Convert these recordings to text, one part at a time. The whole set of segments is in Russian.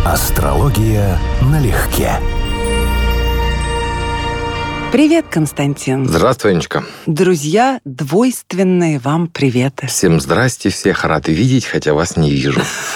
Астрология налегке. Привет, Константин. Здравствуй, Анечка. Друзья, двойственные вам приветы. Всем здрасте, всех рад видеть, хотя вас не вижу.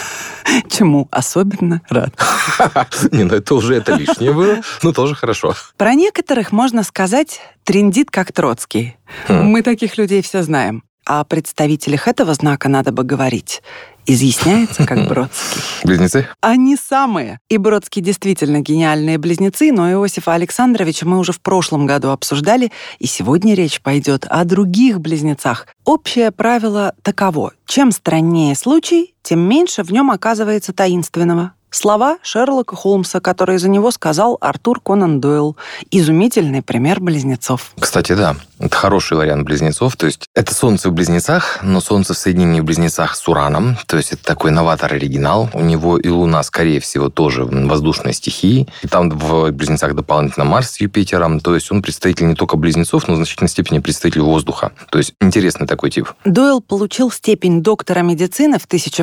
Чему особенно рад? Не, ну это лишнее было, но тоже хорошо. Про некоторых можно сказать, трындит как Троцкий. Мы таких людей все знаем. А о представителях этого знака надо бы говорить. Изъясняется, как Бродский. Близнецы? Они самые. И Бродский действительно гениальные близнецы, но Иосифа Александровича мы уже в прошлом году обсуждали, и сегодня речь пойдет о других близнецах. Общее правило таково. Чем страннее случай, тем меньше в нем оказывается таинственного. Слова Шерлока Холмса, которые за него сказал Артур Конан Дойл. Изумительный пример близнецов. Кстати, да, это хороший вариант близнецов. То есть это Солнце в близнецах, но Солнце в соединении в близнецах с Ураном. То есть это такой новатор-оригинал. У него и Луна, скорее всего, тоже воздушной стихии. И там в близнецах дополнительно Марс с Юпитером. То есть он представитель не только близнецов, но в значительной степени представитель воздуха. То есть интересный такой тип. Дойл получил степень доктора медицины в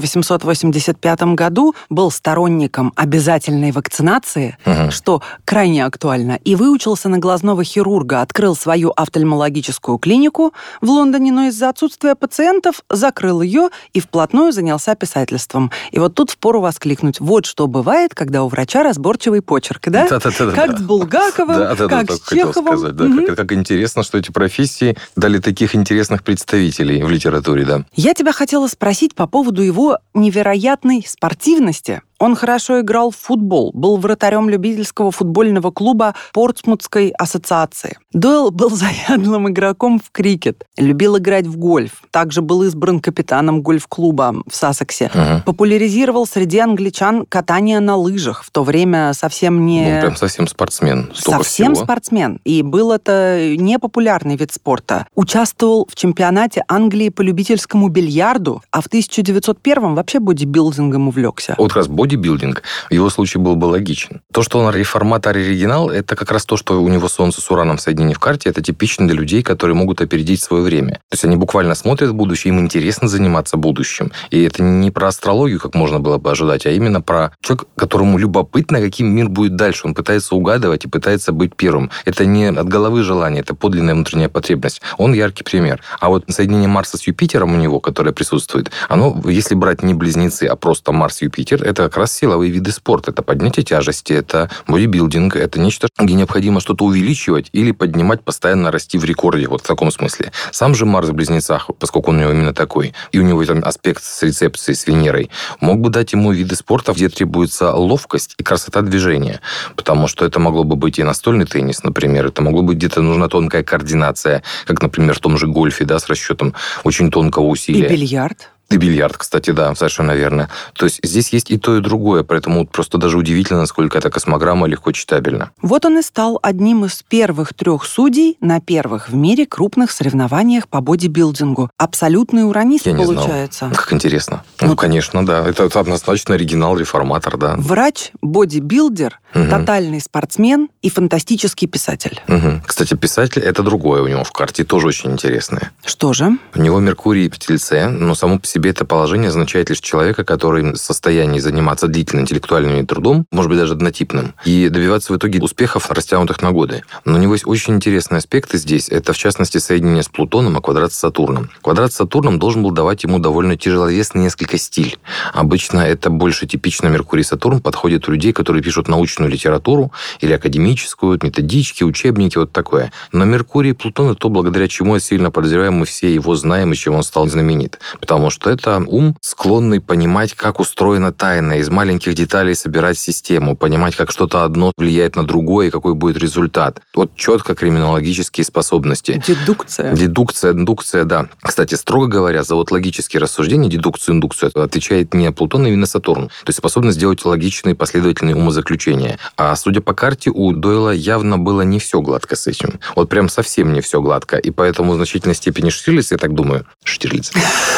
1885 году, был сторонником обязательной вакцинации, что крайне актуально, и выучился на глазного хирурга, открыл свою офтальмологическую клинику в Лондоне, но из-за отсутствия пациентов закрыл ее и вплотную занялся писательством. И вот тут впору воскликнуть: вот что бывает, когда у врача разборчивый почерк, да? Как с Булгаковым, как с Чеховым. Как интересно, что эти профессии дали таких интересных представителей в литературе, да. Я тебя хотела спросить по поводу его невероятной спортивности. Он хорошо играл в футбол, был вратарем любительского футбольного клуба Портсмутской ассоциации. Дойл был заядлым игроком в крикет, любил играть в гольф, также был избран капитаном гольф-клуба в Сассексе. Популяризировал среди англичан катание на лыжах, в то время совсем не... Ну, прям совсем спортсмен. Совсем спортсмен. И был это не популярный вид спорта. Участвовал в чемпионате Англии по любительскому бильярду, а в 1901-м вообще бодибилдингом увлекся. Вот как раз бодибилдинг в его случае был бы логичен. То, что он реформатор-оригинал, это как раз то, что у него Солнце с Ураном в соединении в карте, это типично для людей, которые могут опередить свое время. То есть они буквально смотрят в будущее, им интересно заниматься будущим. И это не про астрологию, как можно было бы ожидать, а именно про человека, которому любопытно, каким мир будет дальше. Он пытается угадывать и пытается быть первым. Это не от головы желание, это подлинная внутренняя потребность. Он яркий пример. А вот соединение Марса с Юпитером у него, которое присутствует, оно, если брать не близнецы, а просто Марс-Юпитер, это как раз силовые виды спорта. Это поднятие тяжести, это бодибилдинг, это нечто, где необходимо что-то увеличивать или поднимать, постоянно расти в рекорде, вот в таком смысле. Сам же Марс в близнецах, поскольку он у него именно такой, и у него там аспект с рецепцией, с Венерой, мог бы дать ему виды спорта, где требуется ловкость и красота движения. Потому что это могло бы быть и настольный теннис, например, это могло быть где-то нужна тонкая координация, как, например, в том же гольфе, да, с расчетом очень тонкого усилия. И бильярд. И бильярд, кстати, да, совершенно верно. То есть здесь есть и то, и другое, поэтому просто даже удивительно, насколько эта космограмма легко читабельна. Вот он и стал одним из первых 3 судей на первых в мире крупных соревнованиях по бодибилдингу. Абсолютный уранист, Я не получается. знал. Как интересно. Ну, конечно, да. Это однозначно оригинал-реформатор, да. Врач, бодибилдер, тотальный спортсмен и фантастический писатель. Кстати, писатель — это другое у него в карте, тоже очень интересное. Что же? У него Меркурий в Тельце, но само по себе это положение означает лишь человека, который в состоянии заниматься длительным интеллектуальным трудом, может быть, даже однотипным, и добиваться в итоге успехов, растянутых на годы. Но у него есть очень интересные аспекты здесь. Это, в частности, соединение с Плутоном, а квадрат с Сатурном. Квадрат с Сатурном должен был давать ему довольно тяжеловесный несколько стиль. Обычно это больше типично Меркурий-Сатурн подходит у людей, которые пишут научную литературу или академическую, методички, учебники, вот такое. Но Меркурий и Плутон — это то, благодаря чему я сильно подозреваем, мы все его знаем, и чем он стал знаменит. Потому что это ум, склонный понимать, как устроена тайна, из маленьких деталей собирать систему, понимать, как что-то одно влияет на другое, и какой будет результат. Вот четко криминологические способности. Дедукция, индукция, да. Кстати, строго говоря, за вот логические рассуждения, дедукцию, индукцию, отвечает не Плутон, а именно Сатурн. То есть способность сделать логичные, последовательные умозаключения. А судя по карте, у Дойла явно было не все гладко с этим. Вот прям совсем не все гладко. И поэтому в значительной степени Штирлиц, я так думаю,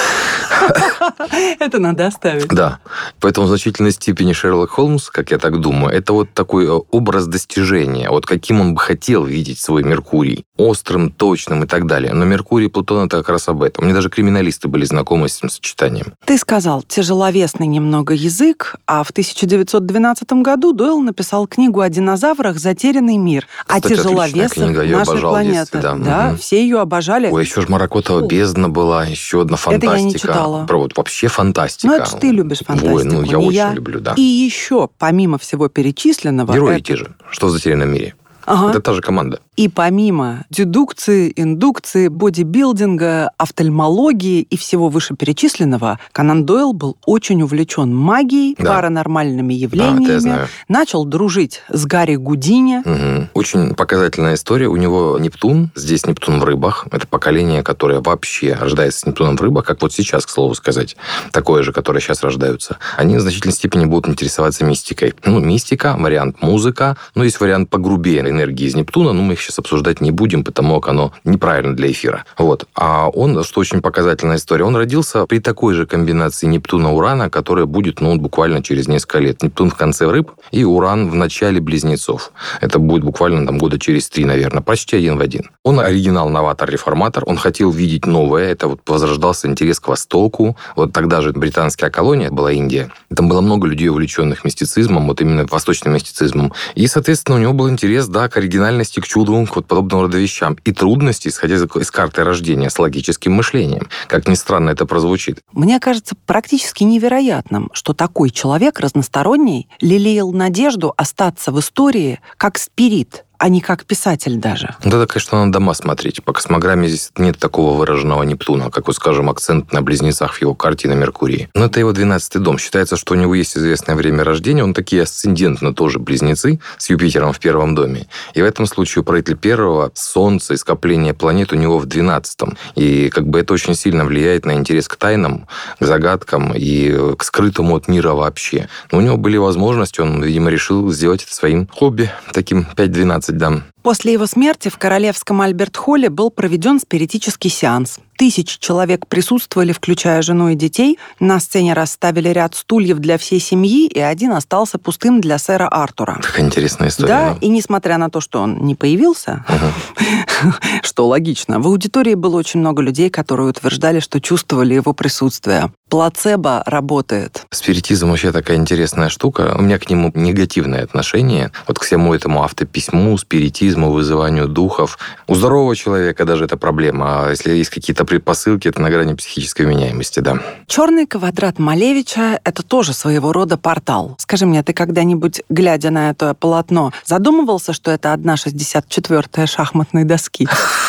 Это надо оставить. Да. Поэтому в значительной степени Шерлок Холмс, как я так думаю, это вот такой образ достижения. Вот каким он бы хотел видеть свой Меркурий. Острым, точным и так далее. Но Меркурий и Плутон — это как раз об этом. Мне даже криминалисты были знакомы с этим сочетанием. Ты сказал, тяжеловесный немного язык, а в 1912 году Дойл написал книгу о динозаврах «Затерянный мир». Кстати, о тяжеловесах нашей планеты. Да, все ее обожали. Ой, еще ж Маракотова бездна была, еще одна фантастика. Это я не читала. Вот вообще фантастика. Ну, это ж ты любишь фантастику. Ой, ну я очень люблю, да. И еще, помимо всего перечисленного... Герои те же. Что в «Затерянном мире»? Ага. Это та же команда. И помимо дедукции, индукции, бодибилдинга, офтальмологии и всего вышеперечисленного, Конан Дойл был очень увлечен магией, паранормальными явлениями, это я знаю. Начал дружить с Гарри Гудини. Угу. Очень показательная история. У него Нептун, здесь Нептун в рыбах. Это поколение, которое вообще рождается с Нептуном в рыбах, как вот сейчас, к слову сказать. Такое же, которое сейчас рождаются. Они в значительной степени будут интересоваться мистикой. Ну, мистика, вариант музыка. Ну, есть вариант погрубее энергии из Нептуна, но мы их сейчас обсуждать не будем, потому как оно неправильно для эфира. Вот. А он, что очень показательная история, он родился при такой же комбинации Нептуна-Урана, которая будет, буквально через несколько лет. Нептун в конце рыб и Уран в начале близнецов. Это будет буквально года через 3, наверное, почти один в один. Он оригинал, новатор, реформатор. Он хотел видеть новое. Это вот возрождался интерес к Востоку. Вот тогда же британская колония была Индия. Там было много людей, увлеченных мистицизмом, вот именно восточным мистицизмом. И, соответственно, у него был интерес, к оригинальности, к чуду, к вот подобного рода вещам. И трудности, исходя из карты рождения, с логическим мышлением. Как ни странно это прозвучит. Мне кажется практически невероятным, что такой человек разносторонний лелеял надежду остаться в истории как спирит, а не как писатель даже. Вот это, конечно, надо дома смотреть. По космограмме здесь нет такого выраженного Нептуна, как, вот, скажем, акцент на близнецах в его карте на Меркурии. Но это его 12-й дом. Считается, что у него есть известное время рождения. Он такие асцендентно тоже близнецы с Юпитером в 1-м доме. И в этом случае управитель 1-го, Солнце и скопление планет у него в 12-м. И это очень сильно влияет на интерес к тайнам, к загадкам и к скрытому от мира вообще. Но у него были возможности, он, видимо, решил сделать это своим хобби, таким 5-12. Да. После его смерти в Королевском Альберт-Холле был проведен спиритический сеанс. 1000 человек присутствовали, включая жену и детей. На сцене расставили ряд стульев для всей семьи, и один остался пустым для сэра Артура. Такая интересная история. Да, и несмотря на то, что он не появился, что логично, в аудитории было очень много людей, которые утверждали, что чувствовали его присутствие. Плацебо работает. Спиритизм вообще такая интересная штука. У меня к нему негативное отношение. Вот к всему этому автописьму, спиритизму, вызыванию духов. У здорового человека даже это проблема. А если есть какие-то предпосылки, это на грани психической вменяемости, да. Черный квадрат Малевича — это тоже своего рода портал. Скажи мне, ты когда-нибудь, глядя на это полотно, задумывался, что это 1/64 шахматной доски?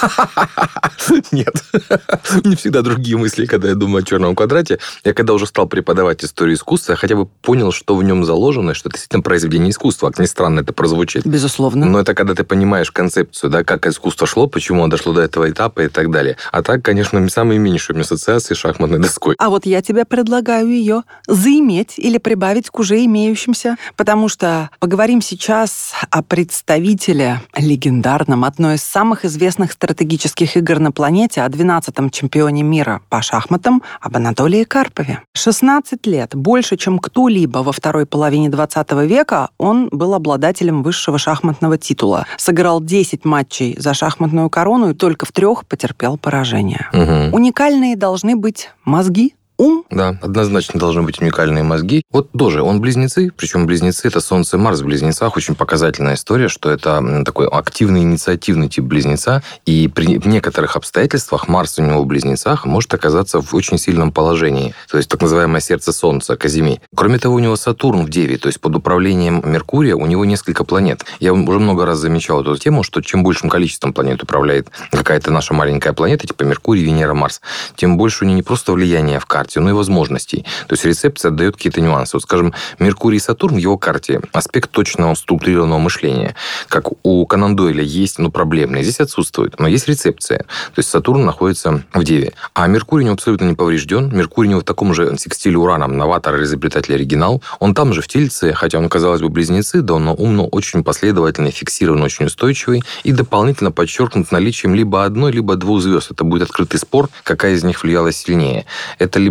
Нет. Не всегда другие мысли, когда я думаю о черном квадрате. Я когда уже стал преподавать историю искусства, я хотя бы понял, что в нем заложено, что это действительно произведение искусства. Как ни странно это прозвучит. Безусловно. Но это когда ты понимаешь концепцию, да, как искусство шло, почему оно дошло до этого этапа и так далее. А так, конечно, самые меньшие у меня ассоциации с шахматной доской. А вот я тебе предлагаю ее заиметь или прибавить к уже имеющимся, потому что поговорим сейчас о представителе легендарном, одной из самых известных стратегических игр на планете, о 12-м чемпионе мира по шахматам, об Анатолии Карпове. 16 лет, больше, чем кто-либо во второй половине 20 века, он был обладателем высшего шахматного титула. Сыграл 10 матчей за шахматную корону и только в 3 потерпел поражение. Угу. Уникальные должны быть мозги, ум. Да, однозначно должны быть уникальные мозги. Вот тоже он близнецы, причем близнецы — это Солнце и Марс в близнецах. Очень показательная история, что это такой активный, инициативный тип близнеца. И при некоторых обстоятельствах Марс у него в близнецах может оказаться в очень сильном положении. То есть так называемое сердце Солнца, Казими. Кроме того, у него Сатурн в Деве, то есть под управлением Меркурия у него несколько планет. Я уже много раз замечал эту тему, что чем большим количеством планет управляет какая-то наша маленькая планета, типа Меркурий, Венера, Марс, тем больше у нее не просто влияние в карте, но и возможностей. То есть рецепция отдает какие-то нюансы. Вот, скажем, Меркурий и Сатурн в его карте — аспект точного структурированного мышления. Как у Конан Дойля есть, проблемные. Здесь отсутствует. Но есть рецепция. То есть Сатурн находится в Деве. А Меркурий у него абсолютно не поврежден. Меркурий у него в таком же секстиле Ураном, новатор, изобретатель, оригинал. Он там же в Тельце, хотя он, казалось бы, близнецы, да он умно, очень последовательный, фиксированный, очень устойчивый и дополнительно подчеркнут наличием либо одной, либо 2 звезд. Это будет открытый спор, какая из них влияла сильнее. Это либо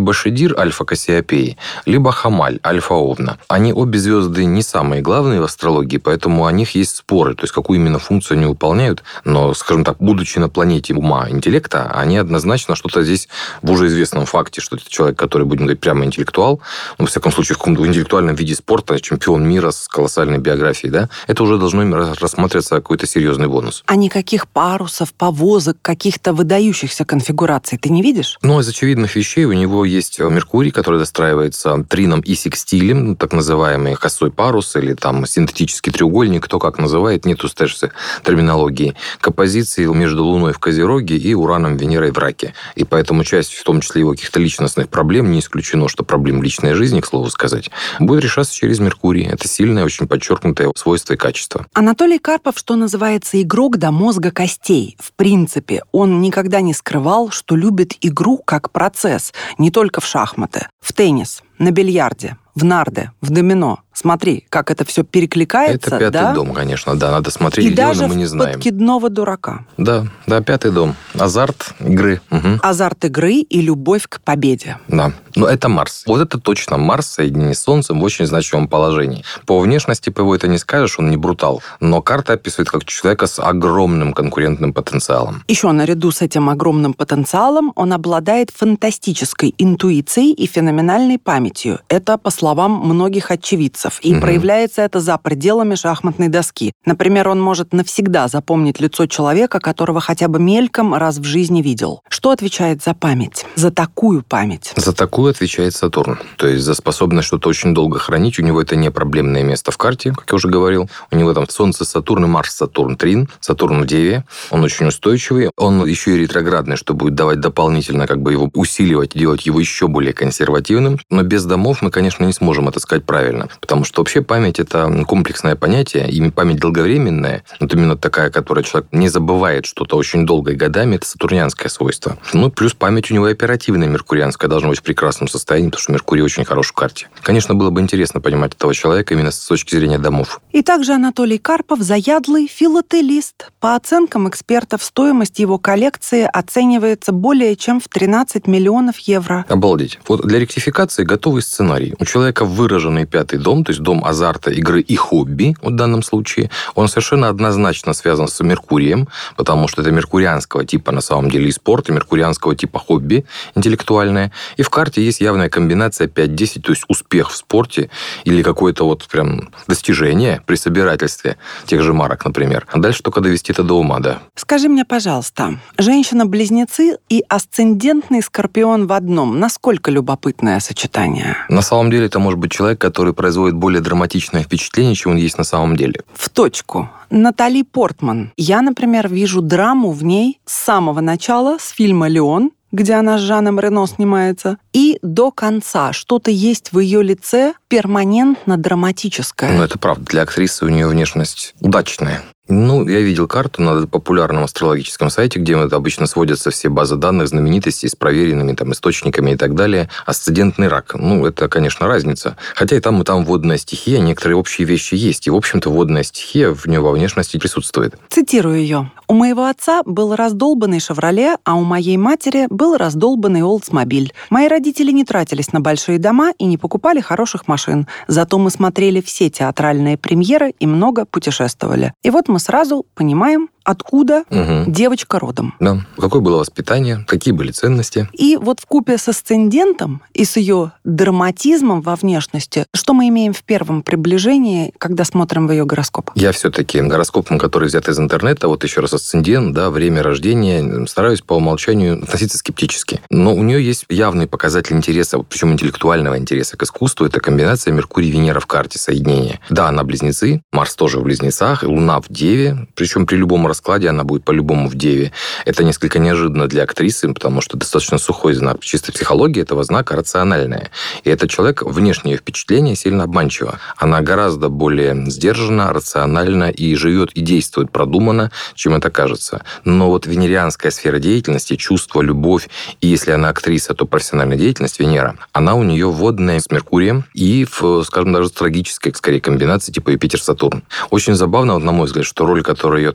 либо Шидир, альфа Кассиопеи, либо Хамаль, альфа Овна. Они обе звезды не самые главные в астрологии, поэтому о них есть споры, то есть какую именно функцию они выполняют. Но, скажем так, будучи на планете ума, интеллекта, они однозначно что-то здесь в уже известном факте, что это человек, который, будем говорить, прямо интеллектуал, ну, во всяком случае, в каком-то интеллектуальном виде спорта, чемпион мира с колоссальной биографией, да, это уже должно рассматриваться какой-то серьезный бонус. А никаких парусов, повозок, каких-то выдающихся конфигураций ты не видишь? Но из очевидных вещей у него есть Меркурий, который достраивается трином и секстилем, так называемый косой парус или там синтетический треугольник, кто как называет, нету терминологии, к оппозиции между Луной в Козероге и Ураном, Венерой в Раке. И поэтому часть, в том числе его каких-то личностных проблем, не исключено, что проблем личной жизни, к слову сказать, будет решаться через Меркурий. Это сильное, очень подчеркнутое свойство и качество. Анатолий Карпов, что называется, игрок до мозга костей. В принципе, он никогда не скрывал, что любит игру как процесс, не только в шахматы, в теннис, на бильярде, в нарды, в домино. Смотри, как это все перекликается. Это пятый дом, конечно, да, надо смотреть, и где даже мы не знаем. подкидного дурака. Да, пятый дом. Азарт игры. Угу. Азарт игры и любовь к победе. Да, но это Марс. Вот это точно Марс в соединении с Солнцем в очень значимом положении. По внешности по его это не скажешь, он не брутал. Но карта описывает как человека с огромным конкурентным потенциалом. Еще наряду с этим огромным потенциалом он обладает фантастической интуицией и феноменальной памятью. Это, по словам многих очевидцев. И проявляется это за пределами шахматной доски. Например, он может навсегда запомнить лицо человека, которого хотя бы мельком раз в жизни видел. Что отвечает за память? За такую память? За такую отвечает Сатурн. То есть за способность что-то очень долго хранить. У него это не проблемное место в карте, как я уже говорил. У него там Солнце, Сатурн и Марс, Сатурн, Трин. Сатурн в Деве. Он очень устойчивый. Он еще и ретроградный, что будет давать дополнительно как бы его усиливать, делать его еще более консервативным. Но без домов мы, конечно, не сможем отыскать правильно. Потому что вообще память – это комплексное понятие, и память долговременная, вот именно такая, которая человек не забывает что-то очень долго и годами, это сатурнианское свойство. Ну, плюс память у него оперативная, меркурианская, должна быть в прекрасном состоянии, потому что Меркурий очень хорош в карте. Конечно, было бы интересно понимать этого человека именно с точки зрения домов. И также Анатолий Карпов – заядлый филателист. По оценкам экспертов, стоимость его коллекции оценивается более чем в 13 миллионов евро. Обалдеть. Вот для ректификации готовый сценарий. У человека выраженный пятый дом, то есть дом азарта, игры и хобби, в данном случае, он совершенно однозначно связан с Меркурием, потому что это меркурианского типа, на самом деле, и спорт, и меркурианского типа хобби интеллектуальное. И в карте есть явная комбинация 5-10, то есть успех в спорте или какое-то вот прям достижение при собирательстве тех же марок, например. А дальше только довести это до ума, да. Скажи мне, пожалуйста, женщина-близнецы и асцендентный скорпион в одном, насколько любопытное сочетание? На самом деле это может быть человек, который производит более драматичное впечатление, чем он есть на самом деле. В точку. Натали Портман. Я, например, вижу драму в ней с самого начала, с фильма «Леон», где она с Жаном Рено снимается, и до конца. Что-то есть в ее лице перманентно драматическое. Ну, это правда. Для актрисы у нее внешность удачная. Ну, я видел карту на популярном астрологическом сайте, где обычно сводятся все базы данных знаменитостей с проверенными там источниками и так далее. Асцендентный рак. Ну, это, конечно, разница. Хотя и там водная стихия, некоторые общие вещи есть. И, в общем-то, водная стихия в нее во внешности присутствует. Цитирую ее. «У моего отца был раздолбанный «Шевроле», а у моей матери был раздолбанный «Олдсмобиль». Мои родители не тратились на большие дома и не покупали хороших машин. Зато мы смотрели все театральные премьеры и много путешествовали. И вот мы сразу понимаем, откуда девочка родом. Да. Какое было воспитание, какие были ценности. И вот вкупе с асцендентом и с ее драматизмом во внешности, что мы имеем в первом приближении, когда смотрим в ее гороскоп? Я все-таки гороскопом, который взят из интернета, вот еще раз асцендент, да, время рождения, стараюсь по умолчанию относиться скептически. Но у нее есть явный показатель интереса, причем интеллектуального интереса к искусству. Это комбинация Меркурий-Венера в карте, соединение. Да, она близнецы, Марс тоже в близнецах, Луна в Деве, причем при любом раскладе она будет по-любому в Деве. Это несколько неожиданно для актрисы, потому что достаточно сухой знак. Чисто психология этого знака рациональная. И этот человек, внешнее впечатление сильно обманчиво. Она гораздо более сдержана, рациональна и живет и действует продуманно, чем это кажется. Но вот венерианская сфера деятельности, чувство, любовь, и если она актриса, то профессиональная деятельность, Венера, она у нее водная с Меркурием и в, скажем, даже трагической, скорее, комбинации типа Юпитер-Сатурн. Очень забавно, вот, на мой взгляд, что роль, которая ее так стартовала,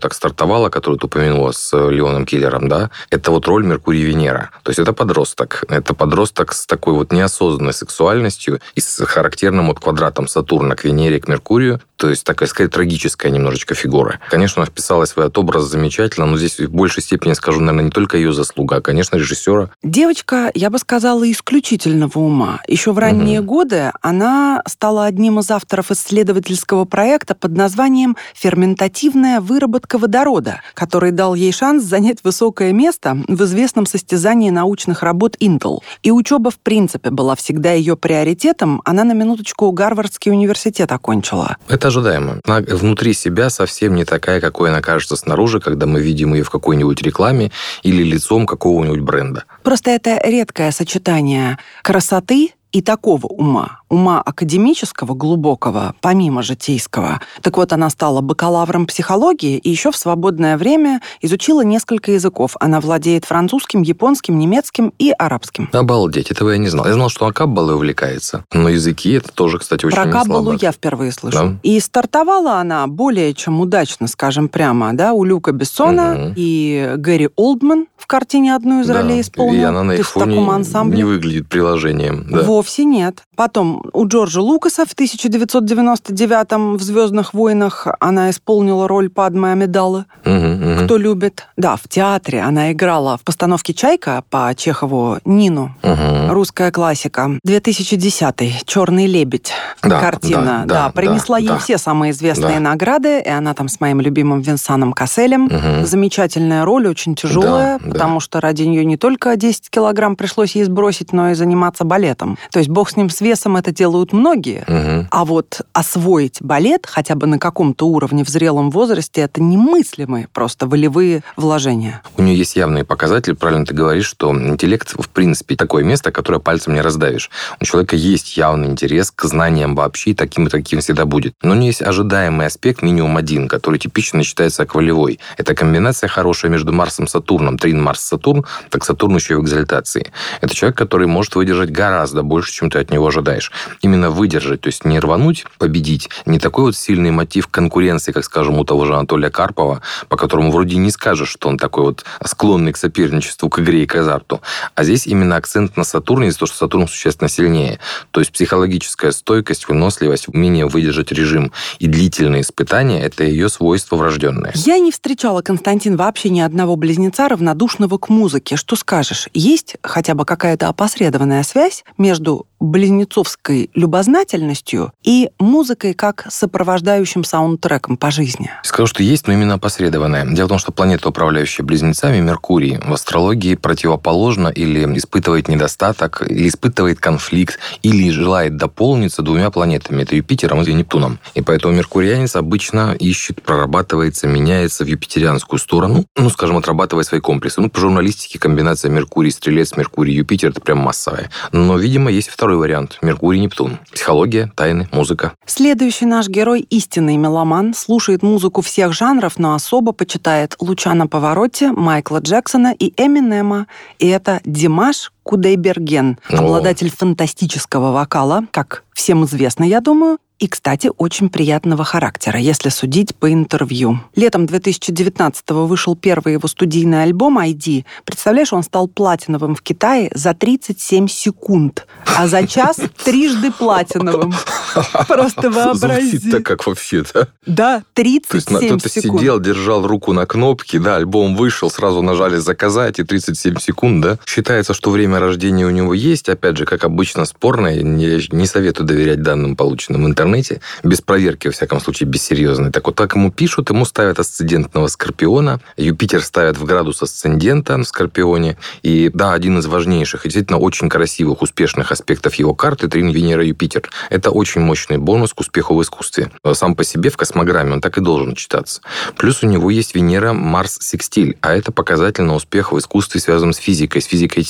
«Стартовала», которую ты упомянула с Леоном Киллером, да, это вот роль Меркурий-Венера. То есть это подросток. Это подросток с такой вот неосознанной сексуальностью и с характерным вот квадратом Сатурна к Венере, к Меркурию. То есть такая, сказать, трагическая немножечко фигура. Конечно, она вписалась в этот образ замечательно, но здесь в большей степени, скажу, наверное, не только ее заслуга, а, конечно, режиссера. Девочка, я бы сказала, исключительного ума. Еще в ранние годы она стала одним из авторов исследовательского проекта под названием «Ферментативная выработка водорода», который дал ей шанс занять высокое место в известном состязании научных работ Intel. И учеба, в принципе, была всегда ее приоритетом. Она, на минуточку, Гарвардский университет окончила. Это ожидаемо. Она внутри себя совсем не такая, какой она кажется снаружи, когда мы видим ее в какой-нибудь рекламе или лицом какого-нибудь бренда. Просто это редкое сочетание красоты и такого ума академического, глубокого, помимо житейского. Так вот, она стала бакалавром психологии и еще в свободное время изучила несколько языков. Она владеет французским, японским, немецким и арабским. Обалдеть, этого я не знал. Я знал, что она каббалой увлекается. Но языки это тоже, кстати, очень слабо. Про каббалу я впервые слышу. Да? И стартовала она более чем удачно, скажем прямо, да, у Люка Бессона и Гэри Олдман в картине одну из ролей исполнила. И она на их фоне не выглядит приложением. Да. Вовсе нет. Потом у Джорджа Лукаса в 1999-м в «Звездных войнах» она исполнила роль Падмы Амидалы. Кто любит? Да, в театре она играла в постановке «Чайка» по Чехову Нину. Русская классика. 2010-й «Черный лебедь». Картина. Принесла ей все самые известные награды, и она там с моим любимым Винсаном Касселем. Замечательная роль, очень тяжелая, потому что ради нее не только 10 килограмм пришлось ей сбросить, но и заниматься балетом. То есть бог с ним, с весом, это делают многие, а вот освоить балет хотя бы на каком-то уровне в зрелом возрасте — это немыслимые просто волевые вложения. У нее есть явные показатели, правильно ты говоришь, что интеллект, в принципе, такое место, которое пальцем не раздавишь. У человека есть явный интерес к знаниям вообще, и таким всегда будет. Но у нее есть ожидаемый аспект, минимум один, который типично считается как волевой. Это комбинация хорошая между Марсом и Сатурном. Трин Марс-Сатурн, так Сатурн еще и в экзальтации. Это человек, который может выдержать гораздо больше, чем ты от него ожидаешь. Именно выдержать, то есть не рвануть, победить, не такой вот сильный мотив конкуренции, как, скажем, у того же Анатолия Карпова, по которому вроде не скажешь, что он такой вот склонный к соперничеству, к игре и к азарту. А здесь именно акцент на Сатурне, из-за того, что Сатурн существенно сильнее. То есть психологическая стойкость, выносливость, умение выдержать режим и длительные испытания — это ее свойство врожденное. Я не встречала, Константин, вообще ни одного близнеца, равнодушного к музыке. Что скажешь? Есть хотя бы какая-то опосредованная связь между близнецовской любознательностью и музыкой как сопровождающим саундтреком по жизни? Скажу, что есть, но именно опосредованная. Дело в том, что планета, управляющая близнецами, Меркурий, в астрологии противоположно или испытывает недостаток, или испытывает конфликт, или желает дополниться двумя планетами. Это Юпитером и Нептуном. И поэтому меркурианец обычно ищет, прорабатывается, меняется в юпитерианскую сторону, скажем, отрабатывая свои комплексы. По журналистике комбинация Меркурий-Стрелец, Меркурий-Юпитер — это прям массовая. Но, видимо, есть второй вариант. Меркурий-Нептун. Психология, тайны, музыка. Следующий наш герой — истинный меломан, слушает музыку всех жанров, но особо почитает Лучано Паваротти, Майкла Джексона и Эминема. И это Димаш Кудайберген, обладатель фантастического вокала, как всем известно, я думаю, и, кстати, очень приятного характера, если судить по интервью. Летом 2019-го вышел первый его студийный альбом «ID». Представляешь, он стал платиновым в Китае за 37 секунд, а за час трижды платиновым. Просто вообрази. Звучит-то как вообще-то. Да, 37 секунд. То есть кто-то сидел, держал руку на кнопке, да, альбом вышел, сразу нажали «заказать», и 37 секунд, да. Считается, что время рождения у него есть, опять же, как обычно, спорное. Я не советую доверять данным, полученным в интернете, без проверки, во всяком случае, без серьезной. Так вот, так ему пишут, ему ставят асцендентного Скорпиона, Юпитер ставят в градус асцендента в Скорпионе, и, да, один из важнейших, и действительно очень красивых, успешных аспектов его карты — трин Венера-Юпитер. Это очень мощный бонус к успеху в искусстве. Сам по себе в космограмме он так и должен читаться. Плюс у него есть Венера-Марс-секстиль, а это показатель на успех в искусстве, связанном с физикой тела.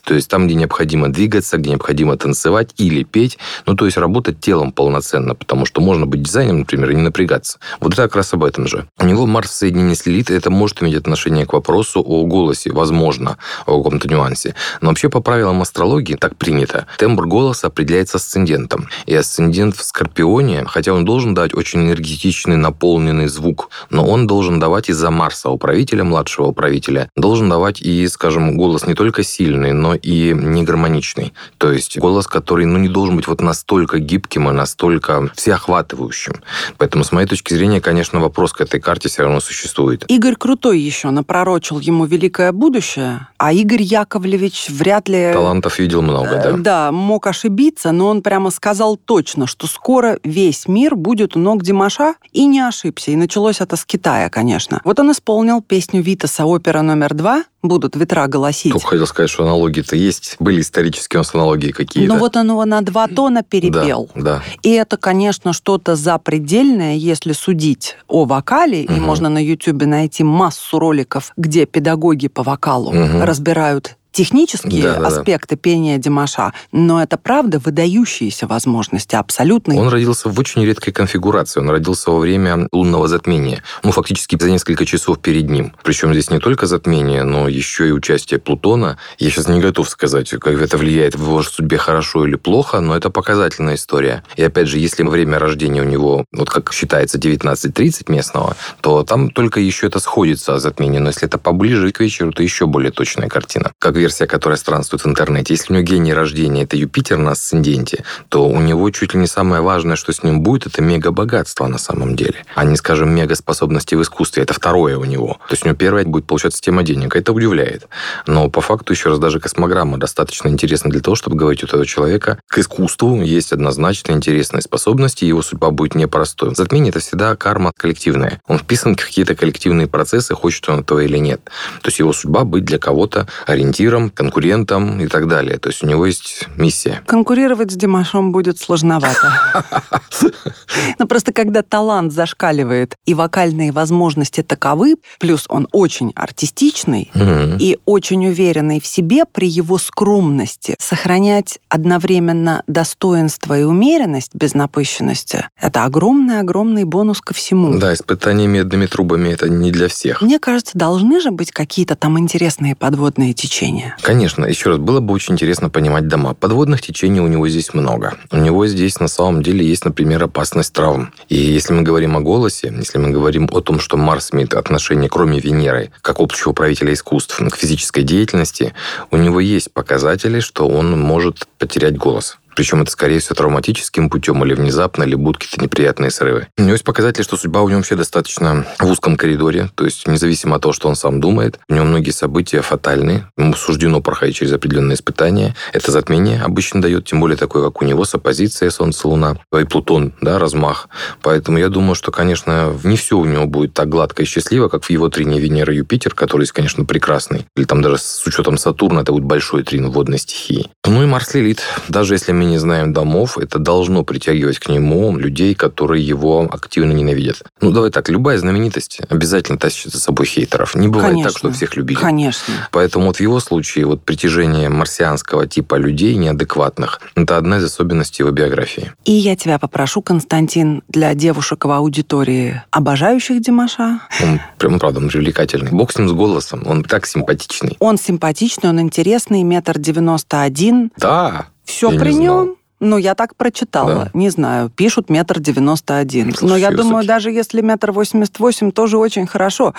То есть там, где необходимо двигаться, где необходимо танцевать или петь, то есть работать телом полноценно, потому что можно быть дизайнером, например, и не напрягаться. Вот это как раз об этом же. У него Марс в соединении с Лилит, это может иметь отношение к вопросу о голосе, возможно, о каком-то нюансе. Но вообще по правилам астрологии так принято. Тембр голоса определяется асцендентом. И асцендент в Скорпионе, хотя он должен дать очень энергетичный, наполненный звук, но он должен давать из-за Марса управителя, младшего управителя, должен давать и, скажем, голос не только сильный, но и не гармоничный. То есть голос, который не должен быть вот настолько гибким и настолько всеохватывающим. Поэтому, с моей точки зрения, конечно, вопрос к этой карте все равно существует. Игорь Крутой еще напророчил ему великое будущее, а Игорь Яковлевич вряд ли... Талантов видел много, да. Да, мог ошибиться, но он прямо сказал точно, что скоро весь мир будет у ног Димаша, и не ошибся. И началось это с Китая, конечно. Вот он исполнил песню Витаса «Опера номер 2», «Будут ветра голосить». Только хотел сказать, что аналогии-то есть. Были исторические у нас аналогии какие-то. Ну вот он его на 2 тона перепел. Да. И это, конечно, что-то запредельное, если судить о вокале. И можно на Ютубе найти массу роликов, где педагоги по вокалу разбирают технические аспекты пения Димаша, но это, правда, выдающиеся возможности, абсолютно. Он родился в очень редкой конфигурации. Он родился во время лунного затмения. Фактически за несколько часов перед ним. Причем здесь не только затмение, но еще и участие Плутона. Я сейчас не готов сказать, как это влияет в его судьбе хорошо или плохо, но это показательная история. И опять же, если время рождения у него, вот как считается, 19:30 местного, то там только еще это сходится о затмении. Но если это поближе к вечеру, то еще более точная картина. Как версия, которая странствует в интернете. Если у него гений рождения – это Юпитер на асценденте, то у него чуть ли не самое важное, что с ним будет, это мега-богатство на самом деле, а не, скажем, мега-способности в искусстве. Это второе у него. То есть у него первое будет получаться тема денег. Это удивляет. Но по факту, еще раз, даже космограмма достаточно интересна для того, чтобы говорить у этого человека, к искусству есть однозначно интересные способности, и его судьба будет непростой. Затмение – это всегда карма коллективная. Он вписан в какие-то коллективные процессы, хочет он этого или нет. То есть его судьба быть для кого-то ориентиром, конкурентом и так далее. То есть у него есть миссия. Конкурировать с Димашом будет сложновато. Но просто когда талант зашкаливает и вокальные возможности таковы, плюс он очень артистичный и очень уверенный в себе при его скромности, сохранять одновременно достоинство и умеренность без напыщенности – это огромный-огромный бонус ко всему. Да, испытания медными трубами – это не для всех. Мне кажется, должны же быть какие-то там интересные подводные течения. Конечно. Еще раз, было бы очень интересно понимать дома. Подводных течений у него здесь много. У него здесь на самом деле есть, например, опасность травм. И если мы говорим о голосе, если мы говорим о том, что Марс имеет отношение, кроме Венеры, как общего управителя искусств, к физической деятельности, у него есть показатели, что он может потерять голос. Причем это, скорее всего, травматическим путем или внезапно, или будут какие-то неприятные срывы. У него есть показатели, что судьба у него вообще достаточно в узком коридоре, то есть независимо от того, что он сам думает, у него многие события фатальны, ему суждено проходить через определенные испытания. Это затмение обычно дает, тем более такое, как у него, с оппозицией Солнце-Луна, и Плутон, размах. Поэтому я думаю, что, конечно, не все у него будет так гладко и счастливо, как в его трине Венера-Юпитер, который, конечно, прекрасный. Или там даже с учетом Сатурна это будет большой трин водной стихии. Ну и Марс-Лилит. Даже если мы не знаем домов, это должно притягивать к нему людей, которые его активно ненавидят. Давай так, любая знаменитость обязательно тащит за собой хейтеров. Не бывает Конечно. Так, что всех любили. Конечно. Поэтому в его случае притяжение марсианского типа людей неадекватных – это одна из особенностей его биографии. И я тебя попрошу, Константин, для девушек в аудитории, обожающих Димаша. Он прям, правда, он привлекательный. Бог с ним, с голосом. Он так симпатичный. Он симпатичный, он интересный, 1,91 м. Да. Все при нем. Я так прочитала. Да. Не знаю, пишут 1,91 м. Но я думаю, даже если 1,88 м, тоже очень хорошо.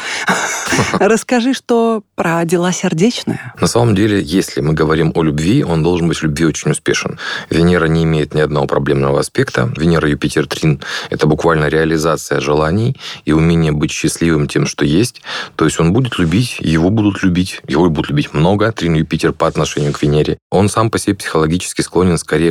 Расскажи, что про дела сердечные. На самом деле, если мы говорим о любви, он должен быть в любви очень успешен. Венера не имеет ни одного проблемного аспекта. Венера-Юпитер трин – это буквально реализация желаний и умение быть счастливым тем, что есть. То есть он будет любить, его будут любить много. Трин Юпитер по отношению к Венере. Он сам по себе психологически склонен скорее к скрытым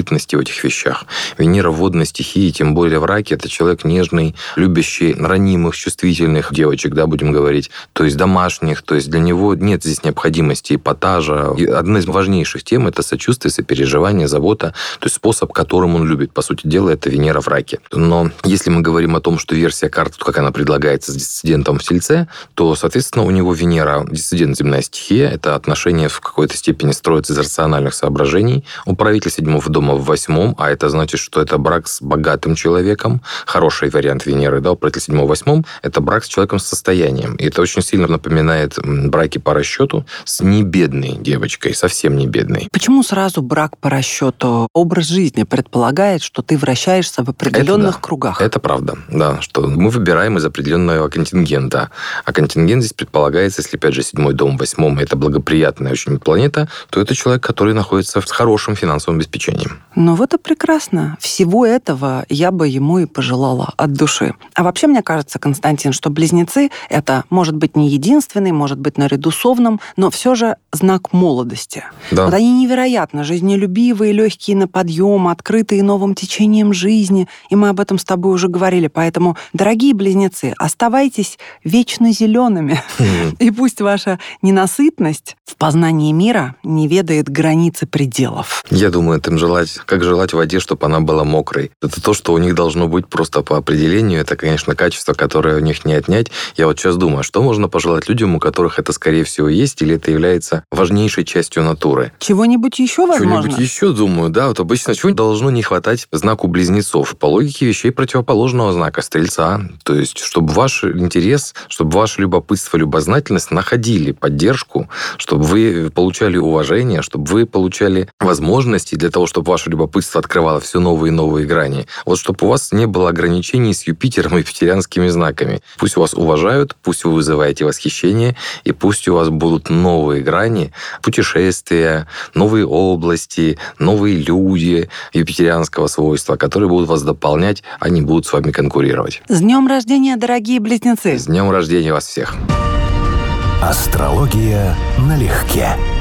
настыпности в этих вещах. Венера в водной стихии, тем более в раке, это человек нежный, любящий, ранимых, чувствительных девочек, да, будем говорить, то есть домашних, то есть для него нет здесь необходимости эпатажа. И одна из важнейших тем – это сочувствие, сопереживание, забота, то есть способ, которым он любит. По сути дела, это Венера в раке. Но если мы говорим о том, что версия карты, как она предлагается с диссидентом в Тельце, то, соответственно, у него Венера, диссидент, земная стихия, это отношения в какой-то степени строятся из рациональных соображений. Управитель 7-го дома в 8-м, а это значит, что это брак с богатым человеком, хороший вариант Венеры, да, управитель 7-го, 8-м, это брак с человеком с состоянием. И это очень сильно напоминает браки по расчету с небедной девочкой, совсем не бедной. Почему сразу брак по расчету? Образ жизни предполагает, что ты вращаешься в определенных кругах. Это правда, да, что мы выбираем из определенного контингента. А контингент здесь предполагается, если, опять же, 7-й дом, 8-й, это благоприятная очень планета, то это человек, который находится с хорошим финансовым обеспечением. Ну, вот и прекрасно. Всего этого я бы ему и пожелала от души. А вообще, мне кажется, Константин, что близнецы – это, может быть, не единственный, может быть, наряду с Овном, но все же знак молодости. Да. Вот они невероятно жизнелюбивые, легкие на подъем, открытые новым течением жизни. И мы об этом с тобой уже говорили. Поэтому, дорогие близнецы, оставайтесь вечно зелеными. И пусть ваша ненасытность в познании мира не ведает границы пределов. Я думаю, им желать, как желать воде, чтобы она была мокрой. Это то, что у них должно быть просто по определению. Это, конечно, качество, которое у них не отнять. Я вот сейчас думаю, что можно пожелать людям, у которых это, скорее всего, есть, или это является важнейшей частью натуры? Чего-нибудь еще, возможно? Чего-нибудь еще, думаю, да. Вот обычно чего должно не хватать знаку близнецов? По логике вещей противоположного знака, Стрельца. То есть, чтобы ваш интерес, чтобы ваше любопытство, любознательность находили поддержку, чтобы вы получали уважение, чтобы вы получали возможности для того, чтобы ваше любопытство открывало все новые и новые грани. Вот чтобы у вас не было ограничений с Юпитером и юпитерианскими знаками. Пусть вас уважают, пусть вы вызываете восхищение, и пусть у вас будут новые грани, путешествия, новые области, новые люди юпитерианского свойства, которые будут вас дополнять, а не будут с вами конкурировать. С днем рождения, дорогие близнецы! С днем рождения вас всех! Астрология налегке.